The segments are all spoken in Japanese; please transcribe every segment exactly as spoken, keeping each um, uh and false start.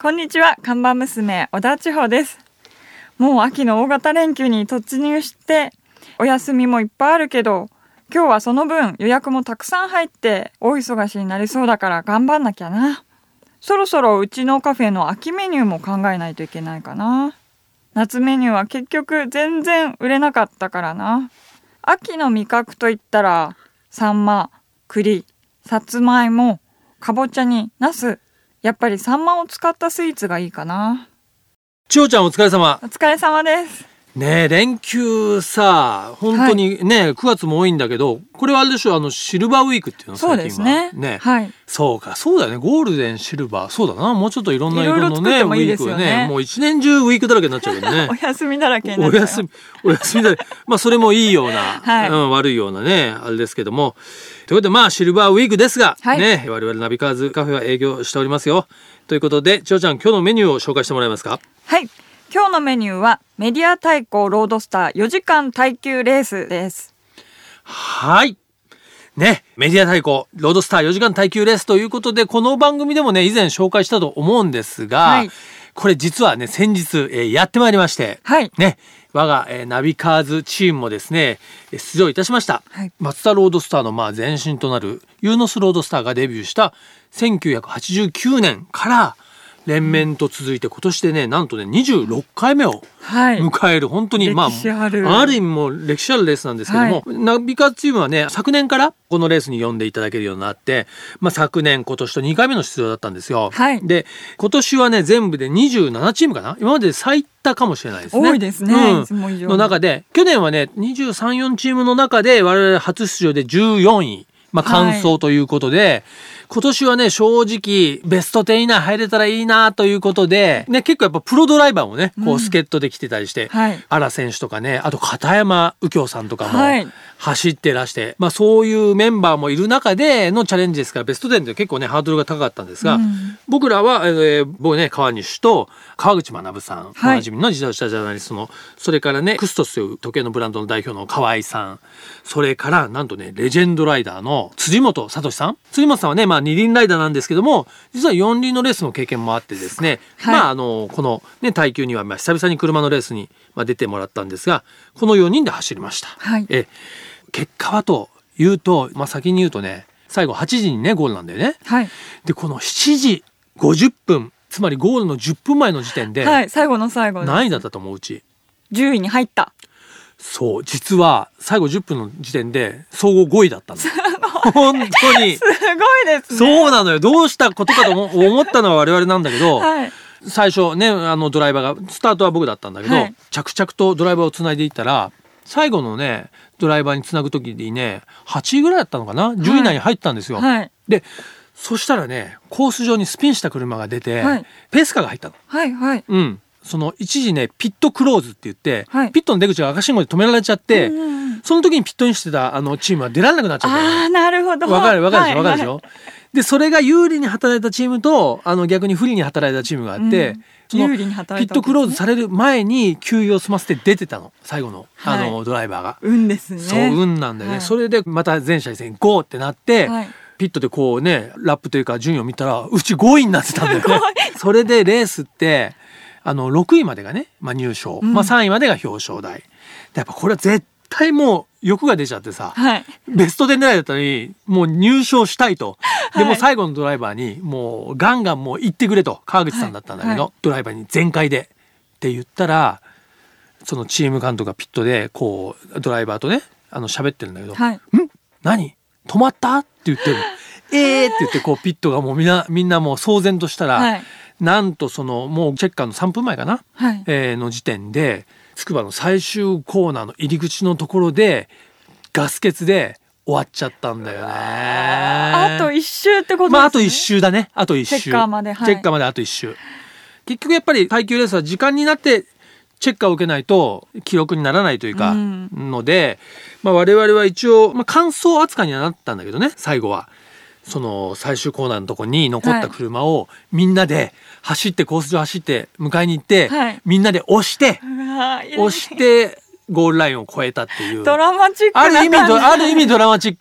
こんにちは、看板娘小田千穂です。もう秋の大型連休に突入してお休みもいっぱいあるけど、今日はその分予約もたくさん入って大忙しになりそうだから頑張んなきゃな。そろそろうちのカフェの秋メニューも考えないといけないかな。夏メニューは結局全然売れなかったからな。秋の味覚といったらサンマ、栗、さつまいも、かぼちゃにナス、やっぱりサンマを使ったスイーツがいいかな。 千穂ちゃんお疲れ様。 お疲れ様です。 ねえ連休さ本当にね、はい、くがつも多いんだけど、これはあれでしょ、あのシルバーウィークっていうのそうですね。 ね、 はい、 そうか、そうだよね。ゴールデンシルバー、そうだな。もうちょっといろんな色のねウィークをね、 もう一年中ウィークだらけになっちゃうけどね。 お休みだらけになっちゃう。 お休みお休みだらけ。まあそれもいいような、 はい、 うん、悪いようなねあれですけども、ということでまあシルバーウィークですが、はい、ね我々ナビカーズカフェは営業しておりますよ。ということで千穂ちゃん今日のメニューを紹介してもらえますか。 はい、今日のメニューはメディア対抗ロードスターよじかん耐久レースです。 はいね、メディア対抗ロードスターよじかん耐久レースということで、この番組でもね以前紹介したと思うんですが、はい、これ実はね先日、えー、やってまいりまして、はい、ね我が、えー、ナビカーズチームもですね出場いたしました、はい、マツダロードスターのまあ前身となるユーノスロードスターがデビューしたせんきゅうひゃくはちじゅうきゅうねんから連綿と続いて今年でねなんとねにじゅうろっかいめを迎える、はい、本当にまああるある意味もう歴史あるレースなんですけども、はい、ナビカチームはね昨年からこのレースに呼んでいただけるようになって、まあ、昨年今年とにかいめの出場だったんですよ、はい、で今年はね全部でにじゅうななチームかな。今までで最多かもしれないですね。 多いですね、うん、いつも以上の中で去年はねにじゅうさん、よんチームの中で我々初出場でじゅうよんい、まあ、完走ということで、はい、今年はね正直ベストじゅう以内入れたらいいなということで、ね、結構やっぱプロドライバーもねこう助っ人で来てたりして、うんはい、荒選手とかね、あと片山右京さんとかも走ってらして、はい、まあ、そういうメンバーもいる中でのチャレンジですから、ベストじゅうって結構ねハードルが高かったんですが、うん、僕らは、えー、僕ね川西と川口学さん、はい、おなじみの自動車ジャーナリストの、それからねクストスという時計のブランドの代表の河合さん、それからなんとねレジェンドライダーの辻本聡さん。辻本さんはね、まあ、二輪ライダーなんですけども、実は四輪のレースの経験もあってですね、はい、まああのこの、ね、耐久にはまあ久々に車のレースに出てもらったんですが、このよにんで走りました、はい、え結果はというと、まあ、先に言うとね最後はちじにねゴールなんだよね、はい、でこのしちじごじゅっぷん、つまりゴールのじゅっぷんまえの時点で、はい、 最後の最後です。 何位だったと思う？うちじゅういに入った。 そう、実は最後じゅっぷんの時点で総合ごいだったの。本当にすごいですね。 そうなのよ。どうしたことかと思ったのは我々なんだけど、はい、最初ねあのドライバーがスタートは僕だったんだけど、はい、着々とドライバーをつないでいったら最後のねドライバーにつなぐ時にねはちいぐらいだったのかな、じゅうい以内に入ったんですよ、はい、でそしたらねコース上にスピンした車が出て、はい、ペースカーが入ったの、はいはい、うん、その一時ねピットクローズって言って、はい、ピットの出口が赤信号で止められちゃって、うんうん、その時にピットインしてたあのチームは出られなくなっちゃった、ね、 あーなるほど、 わかるわかるでしょ、 はい、 わかるでしょ、はい、でそれが有利に働いたチームとあの逆に不利に働いたチームがあって、うん、そのピットクローズされる前に給油を済ませて出てたの最後の、あのドライバーが、 運ですね。 そう運なんだよね、はい、それでまた全車一斉にゴーってなって、はい、ピットでこうねラップというか順位を見たらうちごいになってたんだよね。それでレースってあのろくいまでがね、まあ、入賞、うん、まあ、さんいまでが表彰台で、やっぱこれは絶対もう欲が出ちゃってさ、はい、ベストじゅう狙いだったのにもう入賞したいと、はい、でも最後のドライバーにもうガンガンもう行ってくれと、川口さんだったんだけど、はいはい、ドライバーに全開でって言ったら、そのチーム監督がピットでこうドライバーとねあの喋ってるんだけど、はい、ん何止まったって言ってるえーって言ってこうピットがもうみんなみんなもう騒然としたら、はい、なんとそのもうチェッカーのさんぷんまえかな、はい、えー、の時点で筑波の最終コーナーの入り口のところでガス欠で終わっちゃったんだよね。 あと一周ってことですね。 まああと一周だね。あと一周。 チェッカーまで、はい、 チェッカーまであと一周。結局やっぱり耐久レースは時間になってチェッカーを受けないと記録にならないというか、うん、ので、まあ、我々は一応、まあ、完走扱いにはなったんだけどね、最後はその最終コーナーのとこに残った車をみんなで走ってコース上走って迎えに行って、はい、みんなで押して押してゴールラインを越えたっていうドラマチックなある意味ある意味ドラマチック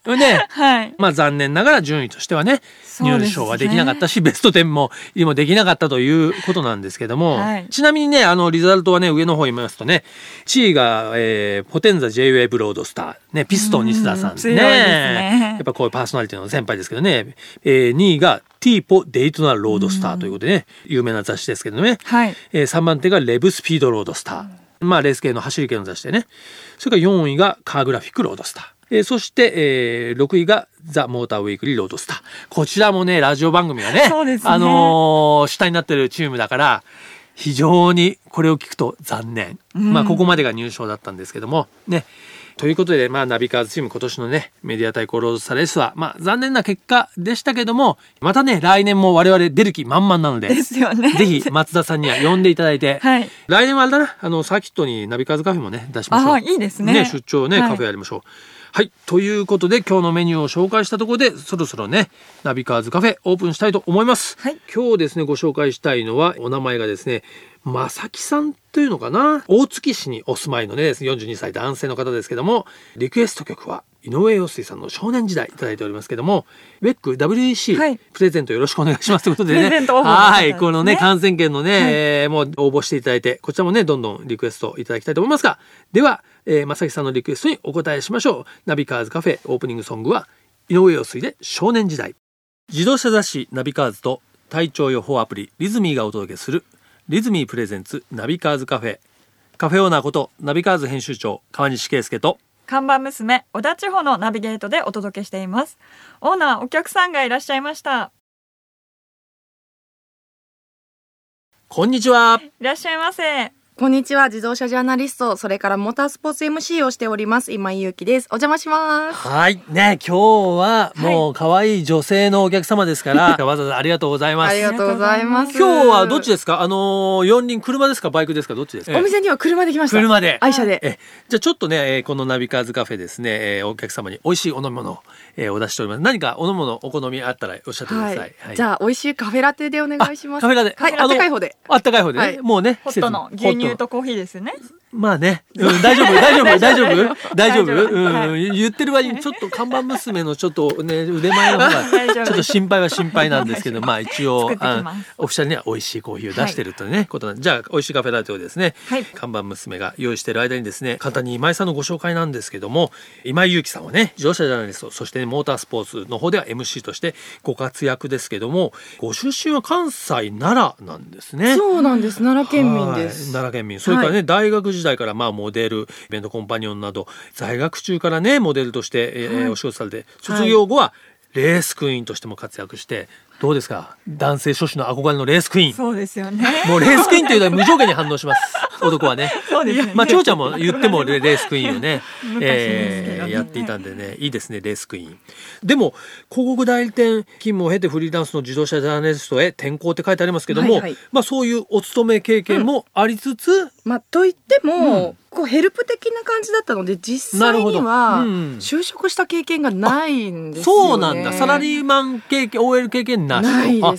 ね、 はい。 まあ残念ながら順位としてはね、 そうですね入賞はできなかったし、ベストじゅうももできなかったということなんですけども、 はい、 ちなみにね、あのリザルトはね、上の方に見ますとね、地位が、えー、ポテンザ ジェイウェーブ ロードスター、ね、ピストン西田さんね、 強いですね。 やっぱこういうパーソナリティの先輩ですけどね、えー、にいがティーポデイトナロードスターということでね、有名な雑誌ですけどね、 はい、 えー、さんばん手がレブスピードロードスター、まあレース系の走り系の雑誌でね、それからよんいがカーグラフィックロードスター、えー、そして、えー、ろくいがザ・モーターウィークリーロードスター。こちらもね、ラジオ番組がね、 そうですね、 あのー、下になってるチームだから非常にこれを聞くと残念、うん、まあここまでが入賞だったんですけどもね。ということで、まあ、ナビカーズチーム今年のねメディア対抗ロードスターレースは、まあ、残念な結果でしたけども、またね来年も我々出る気満々なので、 ですよね、 ぜひ松田さんには呼んでいただいて、 はい、 来年はあれだな、あのサーキットにナビカーズカフェもね出しましょう。 あ、いいですね。 ね、出張ね、 はい、 カフェやりましょう。はい、ということで今日のメニューを紹介したところで、そろそろねナビカーズカフェオープンしたいと思います。 はい、 今日ですねご紹介したいのは、お名前がですね正木さんというのかな、大月市にお住まいのねよんじゅうにさい男性の方ですけども、リクエスト曲は井上陽水さんの少年時代いただいておりますけども、ウェック ダブリューイーシー、はい、プレゼントよろしくお願いしますということでね、はい、このね観戦券のね、はい、えー、もう応募していただいて、こちらもねどんどんリクエストいただきたいと思いますが、では、えー、正木さんのリクエストにお答えしましょう。ナビカーズカフェオープニングソングは井上陽水で少年時代。自動車雑誌ナビカーズと体調予報アプリリズミーがお届けするリズミープレゼンツナビカーズカフェ、カフェオーナーことナビカーズ編集長川西圭介と看板娘小田千穂のナビゲートでお届けしています。オーナー、お客さんがいらっしゃいました。 こんにちは。 いらっしゃいませ。 こんにちは。自動車ジャーナリスト、それからモータースポーツ エムシー をしております今井優希です。お邪魔します。 はいね、今日はもう可愛い女性のお客様ですから、はい、わざわざありがとうございます。 ありがとうございます。 今日はどっちですか？あの四輪、車ですかバイクですか、どっちですか？ お店には車で来ました。 車で、 愛車で。 えじゃあちょっとね、このナビカーズカフェですね、お客様に美味しいお飲み物を、えー、お出ししております。何かお飲み物お好みあったらおっしゃってください。はいはい、じゃあ美味しいカフェラテでお願いします。 カフェラテ、 はい、あったかい方で。 あったかい方で、ね、はい、もうね、 ホットの牛乳とコーヒーですね。 まあね、うん、大丈夫大丈夫大丈夫大丈夫、うん、はい、言ってる割にちょっと看板娘のちょっとね腕前の方がちょっと心配は心配なんですけど、まあ一応あオフィシャルには美味しいコーヒーを出してるとね、はい、ことなんで、じゃあ美味しいカフェラテをですね、はい、看板娘が用意している間にですね、簡単に今井さんのご紹介なんですけども、今井祐希さんはね自動車ジャーナリスト、そして、ね、モータースポーツの方では エムシー としてご活躍ですけども、ご出身は関西奈良なんですね。 そうなんです、奈良県民です。 奈良県民、それからね、はい、大学時代からまあモデル、イベントコンパニオンなど在学中からねモデルとして、えーはい、お仕事されて、卒業後はレースクイーンとしても活躍して、どうですか、男性諸子の憧れのレースクイーン。 そうですよね。 もうレースクイーンというのは無条件に反応します男はね。 そうですね。 まあ長ちゃんも言ってもレースクイーンをね、えー、やっていたんでね、いいですねレースクイーン。でも広告代理店勤務を経てフリーランスの自動車ジャーナリストへ転向って書いてありますけども、はいはい、まあそういうお勤め経験もありつつ、うん、 まあといっても、うん、こうヘルプ的な感じだったので、実際には就職した経験がないんですよね。 そうなんだ。サラリーマン経験、オーエル 経験なし。 ないです。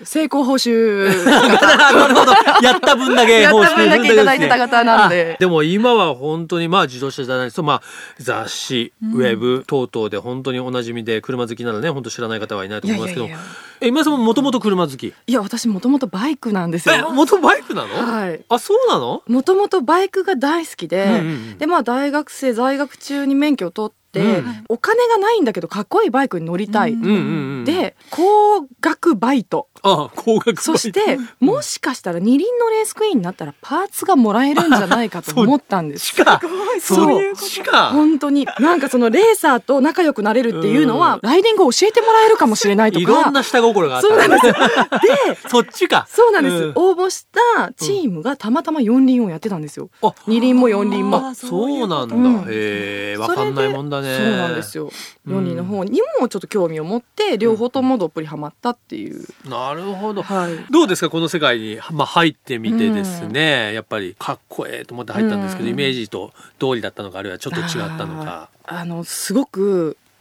成功報酬なるほど。やった分だけ報酬やった分だけいただいてた方なんで。 でも今は本当にまあ自動車じゃないですと、まあ雑誌、ウェブ等々で本当におなじみで、車好きならね本当知らない方はいないと思いますけど、いやいやいや、え今井さんももともと車好き？ いや、私もともとバイクなんですよ。 え、もとバイクなの？ はい。 あ、そうなの？ もともとバイクが大好きで、うんうんうん、でまあ大学生在学中に免許を取って、うん、お金がないんだけどかっこいいバイクに乗りたい、うんうんうん、で高額バイト、 ああ高額バイト、 そしてもしかしたら二輪のレースクイーンになったらパーツがもらえるんじゃないかと思ったんです。 しかそういうしか本当になんかそのレーサーと仲良くなれるっていうのは、うん、ライディングを教えてもらえるかもしれないとか、 いろんな下心があった。 そうなんですよ。でそっちか。 そうなんです、うん、応募したチームがたまたま四輪をやってたんですよ、うん、二輪も四輪も。 そうなんだ、うん、へえ、わかんないもんだね。 そうなんですよ。四輪の方にもちょっと興味を持って両方ともどっぷりハマったっていう、 うん、なるほど、 はい、 どうですかこの世界に、まあ、入ってみてですね、うん、やっぱりかっこええと思って入ったんですけど、うん、イメージと通りだったのか、あるいはちょっと違ったのか。 あのすごく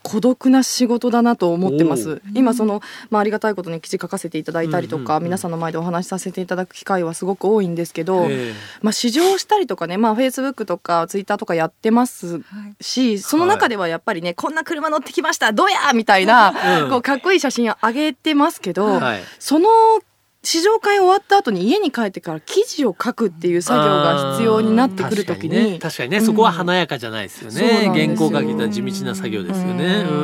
孤独な仕事だなと思ってます。今その、まあ、ありがたいことに記事書かせていただいたりとか、うんうんうん、皆さんの前でお話しさせていただく機会はすごく多いんですけど、まあ、試乗したりとかね、まあ、Facebook とか Twitter とかやってますし、はい、その中ではやっぱりね、はい、こんな車乗ってきましたどうやみたいな、うん、こうかっこいい写真を上げてますけど、はい、その試乗会終わった後に家に帰ってから記事を書くっていう作業が必要になってくるときに、確かにね、 確かにね、うん、そこは華やかじゃないですよね。原稿書きの地道な作業ですよね。うん、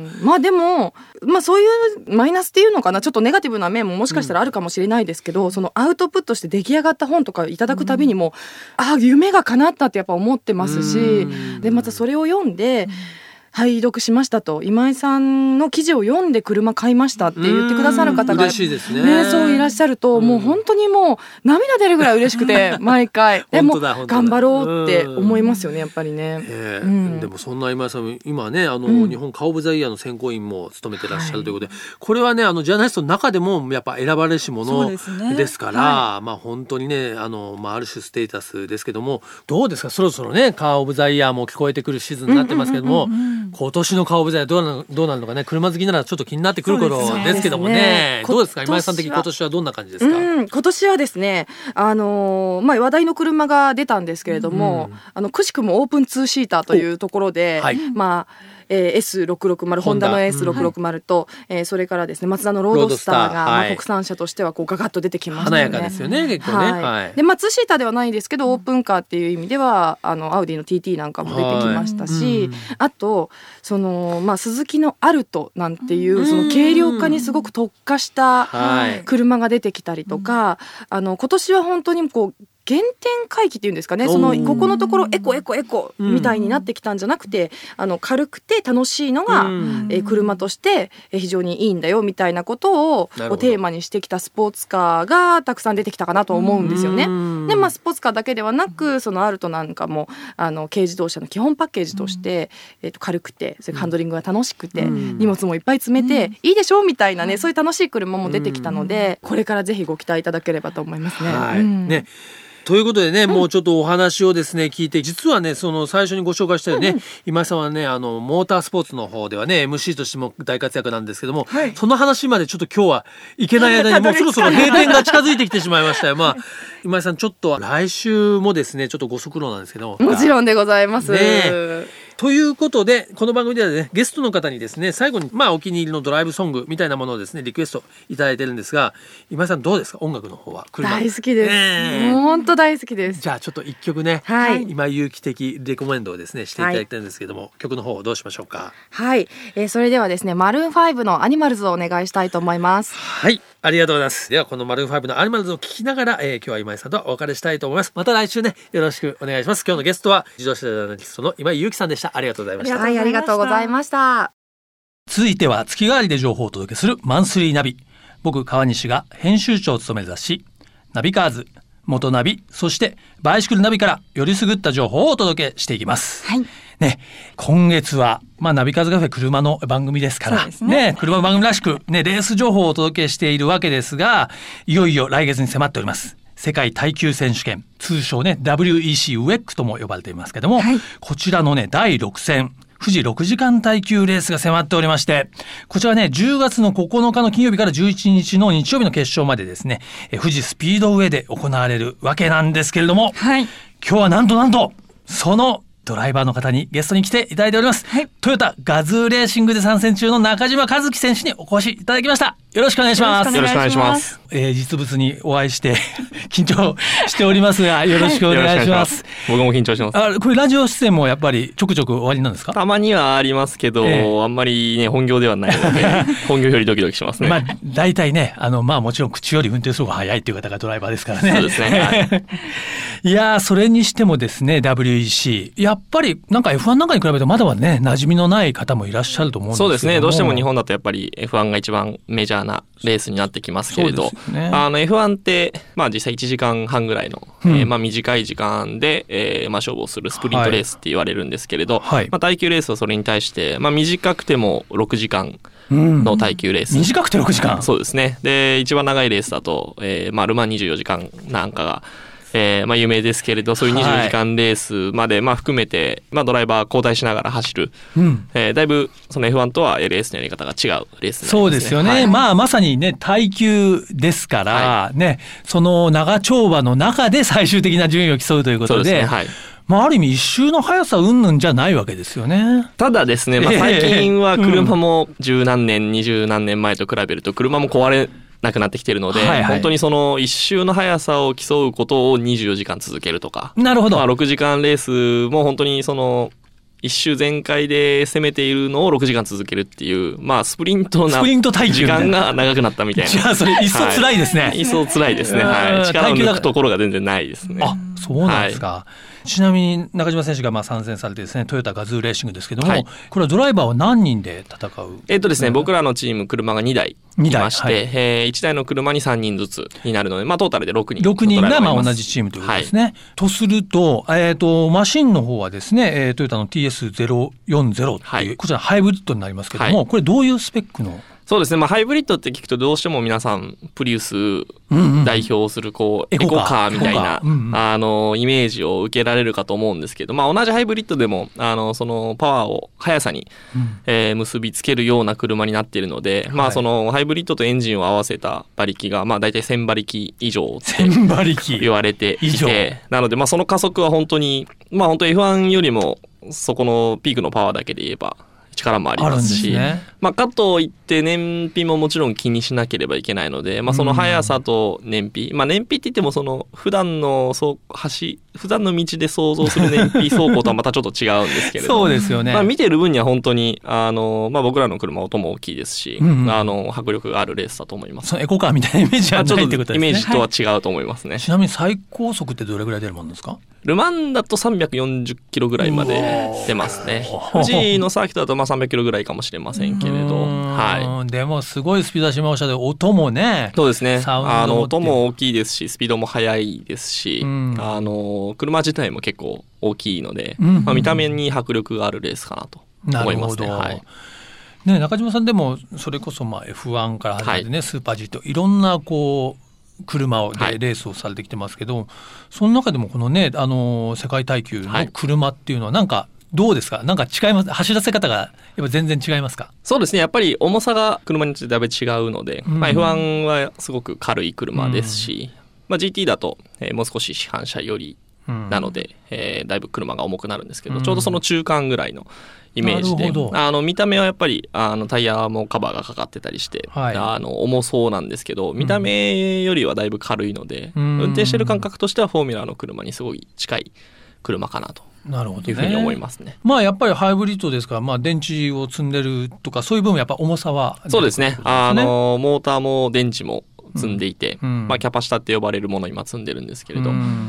まあでも、まあ、そういうマイナスっていうのかな、ちょっとネガティブな面ももしかしたらあるかもしれないですけど、うん、そのアウトプットして出来上がった本とかいただくたびにも、うん、ああ夢が叶ったってやっぱ思ってますし、うん、でまたそれを読んで、うん、拝読しましたと、今井さんの記事を読んで車買いましたって言ってくださる方が、 嬉しいですね。 ね、そういらっしゃると、うん、もう本当にもう涙出るぐらい嬉しくて毎回でも頑張ろうって思いますよね、やっぱりね、 えーうん、でもそんな今井さん今ね、あの、うん、日本カーオブザイヤーの選考員も務めてらっしゃるということで、はい、これはね、あのジャーナリストの中でもやっぱ選ばれしものですから、はい、まあ本当にね、あの、まあ、ある種ステータスですけども、どうですか、そろそろねカーオブザイヤーも聞こえてくるシーズンになってますけども、うんうんうんうん、今年のカーオブザイヤーどうなの、どうなるのかね、車好きならちょっと気になってくる頃ですけども ね, ねどうですか、今井さん的に今年はどんな感じですか。 うん、今年はですね、あのーまあ、話題の車が出たんですけれども、うん、あのくしくもオープンツーシーターというところで、はい、まあえー、エスろくろくまる ホンダの エスろくろくまる と、うんえー、それからですねマツダのロードスターがロードスター、 まあ、 はい、 国産車としてはこうガガッと出てきましたよね。 華やかですよね、結構ね、 はいはい、 でまあ、ツーシーターではないですけどオープンカーっていう意味ではあのアウディの ティーティー なんかも出てきましたし、はいうん、あとその、まあ、スズキのアルトなんていう、うん、その軽量化にすごく特化した車が出てきたりとか、あの今年は本当にこう原点回帰っていうんですかね、そのここのところエコエコエコみたいになってきたんじゃなくて、うん、あの軽くて楽しいのが、うんえー、車として非常にいいんだよみたいなことをテーマにしてきたスポーツカーがたくさん出てきたかなと思うんですよね。で、まあ、スポーツカーだけではなくそのアルトなんかもあの軽自動車の基本パッケージとして、うんえー、と軽くてそれハンドリングが楽しくて、うん、荷物もいっぱい詰めて、うん、いいでしょみたいなね、そういう楽しい車も出てきたので、これからぜひご期待いただければと思いますね。 はいうんねということでね、うん、もうちょっとお話をですね聞いて、実はねその最初にご紹介したようにね、うんうん、今井さんはねあのモータースポーツの方ではね エムシー としても大活躍なんですけども、はい、その話までちょっと今日はいけない間にもうそろそろ閉店が近づいてきてしまいましたよ。まあ今井さんちょっと来週もですねちょっとご足労なんですけどもちろんでございます、 ねということでこの番組ではねゲストの方にですね最後にまあお気に入りのドライブソングみたいなものをですねリクエストいただいてるんですが、今井さんどうですか、音楽の方は。 大好きです、えー、もう本当大好きです。 じゃあちょっと一曲ね、はい、今有機的レコメンドをですねしていただきたいんですけども、はい、曲の方どうしましょうか。 はい、えー、それではですねマルーンファイブのアニマルズをお願いしたいと思います。 はい、ありがとうございます。ではこのマルーンファイブのアニマルズを聴きながら、えー、今日は今井さんとお別れしたいと思います。また来週ねよろしくお願いします。今日のゲストは自動車ジャーナリストの今井有機さんでした。ありがとうございました。 はい、ありがとうございました。 続いては月替わりで情報をお届けするマンスリーナビ。僕川西が編集長を務める雑誌ナビカーズ、元ナビ、そしてバイシクルナビからよりすぐった情報をお届けしていきます、 はいね、今月は、まあ、ナビカーズカフェ車の番組ですから、ねね、車の番組らしく、ね、レース情報をお届けしているわけですが、いよいよ来月に迫っております世界耐久選手権、通称ね ダブリューイーシー ウェックとも呼ばれていますけども、はい、こちらのねだいろく戦富士ろくじかん耐久レースが迫っておりまして、こちらねじゅうがつのここのかの金曜日からじゅういちにちの日曜日の決勝までですね、え富士スピードウェイで行われるわけなんですけれども、はい、今日はなんとなんとそのドライバーの方にゲストに来ていただいております、はい、トヨタガズーレーシングで参戦中の中島和樹選手にお越しいただきました。よろしくお願いします。 よろしくお願いします。 えー、実物にお会いして緊張しておりますがよろしくお願いします。 僕も緊張します。 あ、これラジオ出演もやっぱりちょくちょく終わりなんですか。 たまにはありますけど、えー、あんまりね本業ではないので本業よりドキドキしますね。 まあ大体ねあのまあもちろん口より運転する方が早いっていう方がドライバーですからね。 そうですね、はい、 いやそれにしてもですね ダブリューイーシー やっぱりなんか エフワン なんかに比べるとまだまだね馴染みのない方もいらっしゃると思うんですけども。 そうですね、どうしても日本だとやっぱり エフワン が一番メジャーなレースになってきますけれど、ね、あの エフワン ってまあ実際いちじかんはんぐらいの、うんえー、まあ短い時間で、えー、まあ勝負をするスプリントレースって言われるんですけれど、はいまあ、耐久レースはそれに対してまあ短くてもろくじかんの耐久レース、 うん、短くてろくじかん。 そうですね。で一番長いレースだと、えーまあ、ルマンにじゅうよじかんなんかがえーまあ、有名ですけれど、そういうにじゅうよじかんレースまで、まあ、含めて、まあ、ドライバー交代しながら走る、うんえー、だいぶその エフワン とは エルエス のやり方が違うレースになりますね。 そうですよね、はい、まあ、まさにね耐久ですから、はいね、その長丁場の中で最終的な順位を競うということで、そうですね、はいまあ、ある意味一周の速さ云々じゃないわけですよね。 ただですね、まあ、最近は車も十何年、二十何年前と比べると車も壊れなくなってきているので、はいはい、本当にその一周の速さを競うことをにじゅうよじかん続けるとか、 なるほど、 まあ、ろくじかんレースも本当にその一周全開で攻めているのをろくじかん続けるっていう、まあ、スプリントな時間が長くなったみたいな。 じゃあそれ一層辛いですね、 はい、一層辛いですね、はい、力を抜くところが全然ないですね。 あ、そうなんですか、はい、ちなみに中島選手がまあ参戦されてですね、トヨタガズーレーシングですけども、はい、これはドライバーは何人で戦う？ えっとですね、僕らのチーム車がにだいいまして、はいえー、いちだいの車にさんにんずつになるので、まあ、トータルでろくにんろくにんがまあ同じチームということですね、はい、とすると、えー、とマシンの方はですね、えー、トヨタの ティーエスゼロよんゼロ っていう、はい、こちらハイブリッドになりますけども、はい、これどういうスペックの？ そうですね、まあ、ハイブリッドって聞くとどうしても皆さんプリウス代表するこうエコカーみたいな、うんうん、あのイメージを受けられるかと思うんですけど、まあ、同じハイブリッドでもあのそのパワーを速さに、うんえー、結びつけるような車になっているので、はいまあ、そのハイブリッドとエンジンを合わせた馬力がまあ大体せんばりき以上って言われていて、なのでまあその加速は本当に、まあ、本当 エフワン よりもそこのピークのパワーだけで言えば力もありますし、ねまあ、かといって燃費ももちろん気にしなければいけないので、まあ、その速さと燃費、まあ、燃費って言ってもその普段の走走普段の道で想像する燃費走行とはまたちょっと違うんですけれどそうですよね、 まあ、見てる分には本当にあの、まあ、僕らの車音も大きいですし、うんうん、あの迫力があるレースだと思います。 そのエコカーみたいなイメージはないってことですね。 イメージとは違うと思いますね、はい、 ちなみに最高速ってどれぐらい出るもんですか？ ルマンだとさんびゃくよんじゅっキロぐらいまで出ますね。富士のサーキットだとまあさんびゃくキロぐらいかもしれませんけれど、はい、 でもすごいスピード出しましたで、音もね、 そうですね、あの音も大きいですしスピードも速いですし、うん、あの車自体も結構大きいので、うんまあ、見た目に迫力があるレースかなと思いますね。はい、 ね、中島さんでもそれこそまあ エフワン から始めてね、はい、スーパー G といろんなこう車をでレースをされてきてますけど、はい、その中でもこのね、あの世界耐久の車っていうのはなんかどうですか？なんか違います？走らせ方がやっぱ全然違いますか？ そうですね、やっぱり重さが車によってだいぶ違うので、うんまあ、エフワン はすごく軽い車ですし、うんまあ、ジーティー だと、えー、もう少し市販車よりなので、うんえー、だいぶ車が重くなるんですけど、うん、ちょうどその中間ぐらいのイメージで、あの見た目はやっぱりあのタイヤもカバーがかかってたりして、はい、あの重そうなんですけど、見た目よりはだいぶ軽いので、うん、運転してる感覚としてはフォーミュラーの車にすごい近い車かなというふうに思いますね。 まあやっぱりハイブリッドですから、まあ、電池を積んでるとかそういう部分やっぱ重さは、 そうですね、あのモーターも電池も積んでいて、うんまあ、キャパシタって呼ばれるものを今積んでるんですけれど、うん、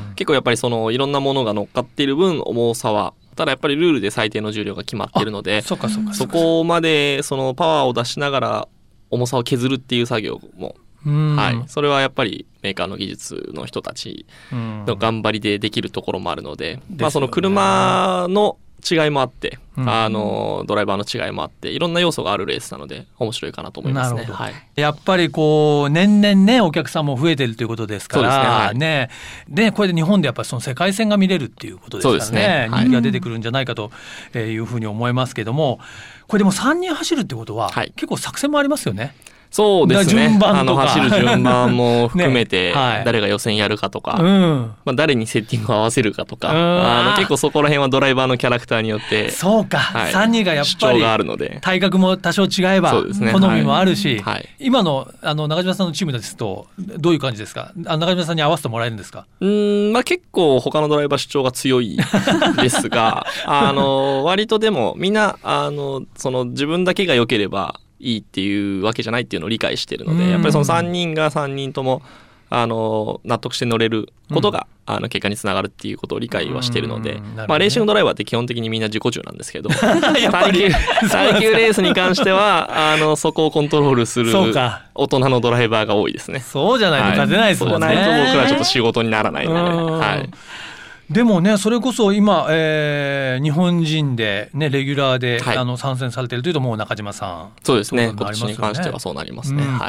結構やっぱりそのいろんなものが乗っかっている分重さは、ただやっぱりルールで最低の重量が決まっているので、 そっかそっかそこまでそのパワーを出しながら重さを削るっていう作業も、うんはい、それはやっぱりメーカーの技術の人たちの頑張りでできるところもあるので、うんまあ、その車の違いもあって、うん、あのドライバーの違いもあっていろんな要素があるレースなので面白いかなと思いますね。はい、 やっぱりこう年々ねお客さんも増えてるということですから、そうですね、はい、ねでこれで日本でやっぱりその世界戦が見れるっていうことですからね、そうですね、はい、人気が出てくるんじゃないかというふうに思いますけども、これでもさんにん走るってことは、はい、結構作戦もありますよね。 そうですね、 順番とかあの走る順番も含めて、ねはい、誰が予選やるかとか、うんまあ、誰にセッティングを合わせるかとか、あの結構そこら辺はドライバーのキャラクターによってそうか、はい、さんにんがやっぱり主張があるので体格も多少違えば、そうですね、好みもあるし、 はい、 今 の, あの中島さんのチームですとどういう感じですか？あ中島さんに合わせてもらえるんですか？ うーん、まあ、結構他のドライバー主張が強いですがあの割とでもみんなあのその自分だけが良ければいいっていうわけじゃないっていうのを理解しているので、やっぱりそのさんにんがさんにんともあの納得して乗れることが、うん、あの結果につながるっていうことを理解はしているので、うん、まあ、レーシングドライバーって基本的にみんな自己中なんですけどやっぱり耐久レースに関してはあのそこをコントロールする大人のドライバーが多いですね。 そうじゃないと勝てないですもんね、 はい、そうないと僕らちょっと仕事にならないので、はい、 でもねそれこそ今、えー、日本人で、ね、レギュラーで、はい、あの参戦されているというともう中島さん、 そうですね、今年に関してはそうなりますね、うん、はい、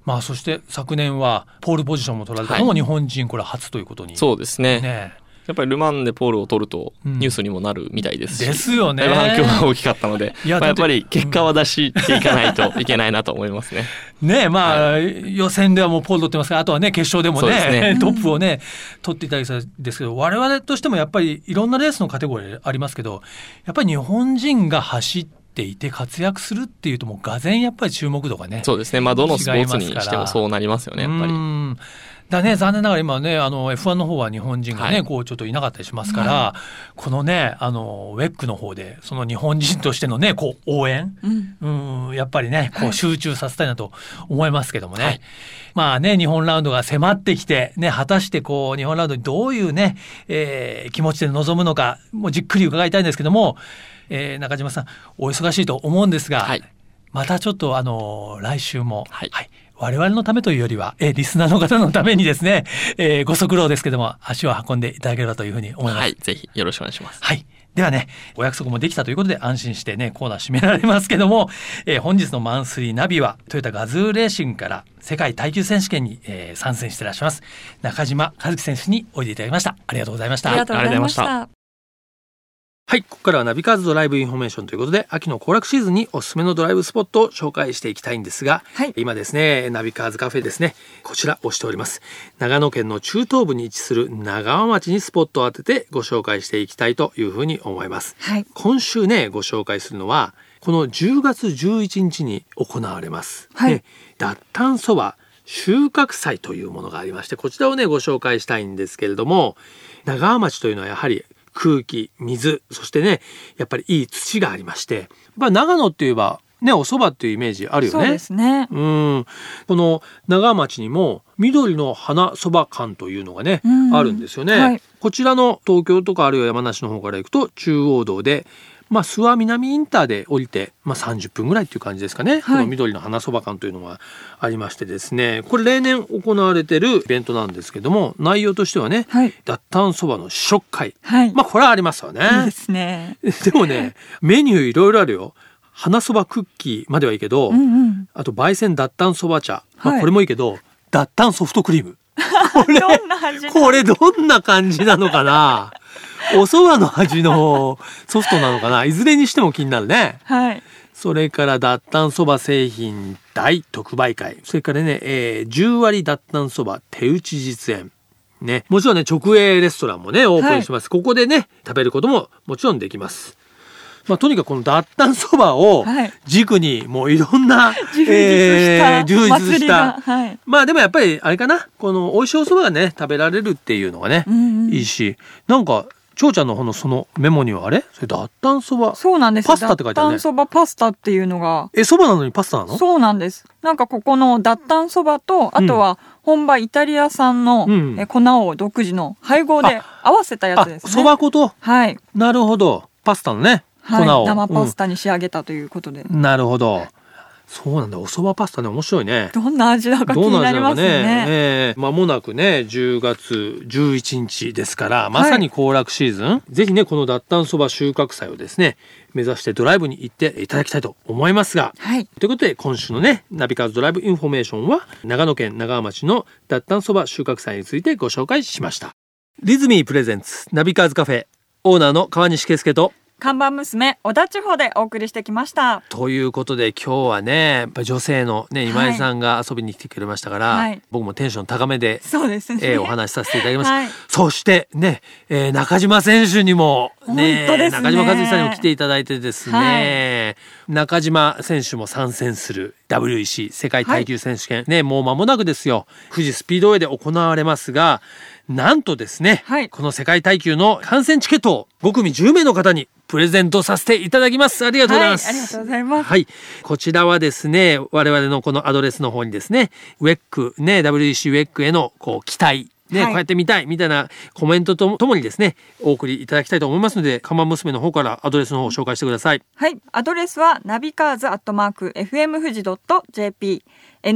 まあ、そして昨年はポールポジションも取られたのも日本人これ初ということに、はい、 そうですね。 ね、 やっぱりルマンでポールを取るとニュースにもなるみたいですし、 うん、ですよね。 反響が大きかったので、や, まあ、やっぱり結果は出していかないといけないなと思いますね。 ね、まあ、はい、予選ではもうポール取ってますから、あとはね決勝でも ね, ねトップをね取っていただきたいですけど、我々としてもやっぱりいろんなレースのカテゴリーありますけど、やっぱり日本人が走っていて活躍するっていうともうがぜんやっぱり注目度がね。 そうですね。まあどのスポーツにしてもそうなりますよね、やっぱり。 うんだね、残念ながら今ねあの エフワン の方は日本人がね、はい、こうちょっといなかったりしますから、はい、このねあのウェックの方でその日本人としてのねこう応援、うん、うんやっぱりねこう集中させたいなと思いますけどもね、はい、まあね日本ラウンドが迫ってきてね、果たしてこう日本ラウンドにどういうね、えー、気持ちで臨むのかもうじっくり伺いたいんですけども、えー、中島さんお忙しいと思うんですが、はい、またちょっとあの来週も、はいはい、我々のためというよりは、えー、リスナーの方のためにですね、えー、ご足労ですけども足を運んでいただければというふうに思います。 はい、ぜひよろしくお願いします。 はい、ではねお約束もできたということで安心してねコーナー締められますけども、えー、本日のマンスリーナビはトヨタガズーレーシングから世界耐久選手権に、えー、参戦していらっしゃいます中島和樹選手においでいただきました。ありがとうございました。 ありがとうございました。 はい、ここからはナビカーズドライブインフォメーションということで秋の行楽シーズンにおすすめのドライブスポットを紹介していきたいんですが、はい、今ですねナビカーズカフェですね、こちらをしております。長野県の中東部に位置する長和町にスポットを当ててご紹介していきたいというふうに思います、はい、今週ねご紹介するのはこのじゅうがつじゅういちにちに行われます、はい、で脱炭そば収穫祭というものがありまして、こちらをねご紹介したいんですけれども、長和町というのはやはり空気、水、そしてねやっぱりいい土がありまして、やっぱり長野って言えばねお蕎麦っていうイメージあるよね。 そうですね。 うん、この長和町にも緑の花蕎麦館というのがね、あるんですよね、はい、こちらの東京とかあるいは山梨の方から行くと中央道でまあ、諏訪南インターで降りて、まあ、さんじゅっぷんぐらいっていう感じですかね、はい、この緑の花そば館というのがありましてですね、これ例年行われているイベントなんですけども、内容としてはね、はい、脱炭そばの試食会、はい、まあこれはありますわね。 いいですね。 でもねメニューいろいろあるよ。花そばクッキーまではいいけど、うんうん、あと焙煎脱炭そば茶、まあ、これもいいけど、はい、脱炭ソフトクリームこれどんな味これどんな感じなのかなお蕎麦の味のソフトなのかな、いずれにしても気になるね、はい、それから脱炭そば製品大特売会、それからね、えー、じゅう割脱炭そば手打ち実演ね、もちろんね直営レストランもねオープンします、はい、ここでね食べることももちろんできます。まあ、とにかくこの脱炭そばを軸にもういろんな、はい、 えー、 充実した、 はい、 まあでもやっぱりあれかな、この美味しいお蕎麦がね食べられるっていうのがね、うんうん、いいし、なんか長ちゃんの方のそのメモにはあれそれ脱炭そばそうなんですパスタって書いてあるね。 脱炭そばパスタっていうのがえ蕎麦なのにパスタなの？ そうなんです。なんかここの脱炭そばとあとは本場イタリア産の、うん、え粉を独自の配合で合わせたやつですね。 そば粉と、 はい、 なるほど、パスタのね粉を、 はい、生パスタに仕上げたということで、 うん、なるほど、そうなんだ。お蕎麦パスタね面白いね。 どんな味だか気になりますね。ね、 えー、間もなくねじゅうがつじゅういちにちですからまさに行楽シーズン、はい、ぜひねこの脱炭そば収穫祭をですね目指してドライブに行っていただきたいと思いますが、はい、ということで今週のねナビカーズドライブインフォメーションは長野県長和町の脱炭そば収穫祭についてご紹介しました。リズミープレゼンツナビカーズカフェオーナーの川西圭介と看板娘小田地方でお送りしてきました。 ということで今日はねやっぱ女性の、ね、今井さんが遊びに来てくれましたから、はい、僕もテンション高めで、 そうですね、 えー、お話しさせていただきました、 はい、 そしてね、えー、中島選手にも、ね、 本当ですね、 中島和樹さんにも来ていただいてですね、はい、中島選手も参戦する ダブリューイーシー 世界耐久選手権、はい、ね、もう間もなくですよ富士スピードウェイで行われますが、なんとですね、はい、この世界耐久の観戦チケットをごくみじゅうめいの方にプレゼントさせていただきます。ありがとうございます、 はい、ありがとうございます、 はい、こちらはですね我々のこのアドレスの方にですねウェックね ダブリューイーシー ウェックへのこう期待ね、はい、こうやって見たいみたいなコメントとともにですねお送りいただきたいと思いますので、看板娘の方からアドレスの方を紹介してください。 はい、アドレスはナビカーズアットマーク エフエム 富士 .jp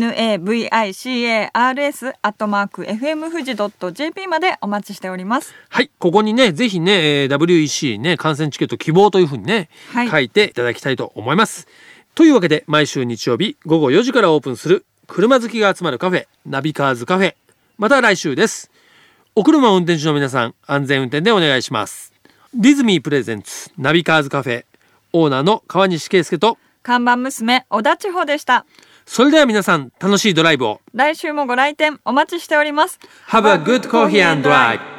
navicars アットマーク エフエム 富士 .jp までお待ちしております。 はい、ここにねぜひね ダブリューイーシー ね観戦チケット希望というふうにね、はい、書いていただきたいと思います。というわけで毎週日曜日午後よじからオープンする車好きが集まるカフェ、ナビカーズカフェ。また来週です。お車を運転手の皆さん、安全運転でお願いします。ディズミープレゼンツナビカーズカフェ、オーナーの川西圭介と看板娘小田千穂でした。 それでは皆さん、楽しいドライブを。 来週もご来店お待ちしております。 Have a good coffee and drive.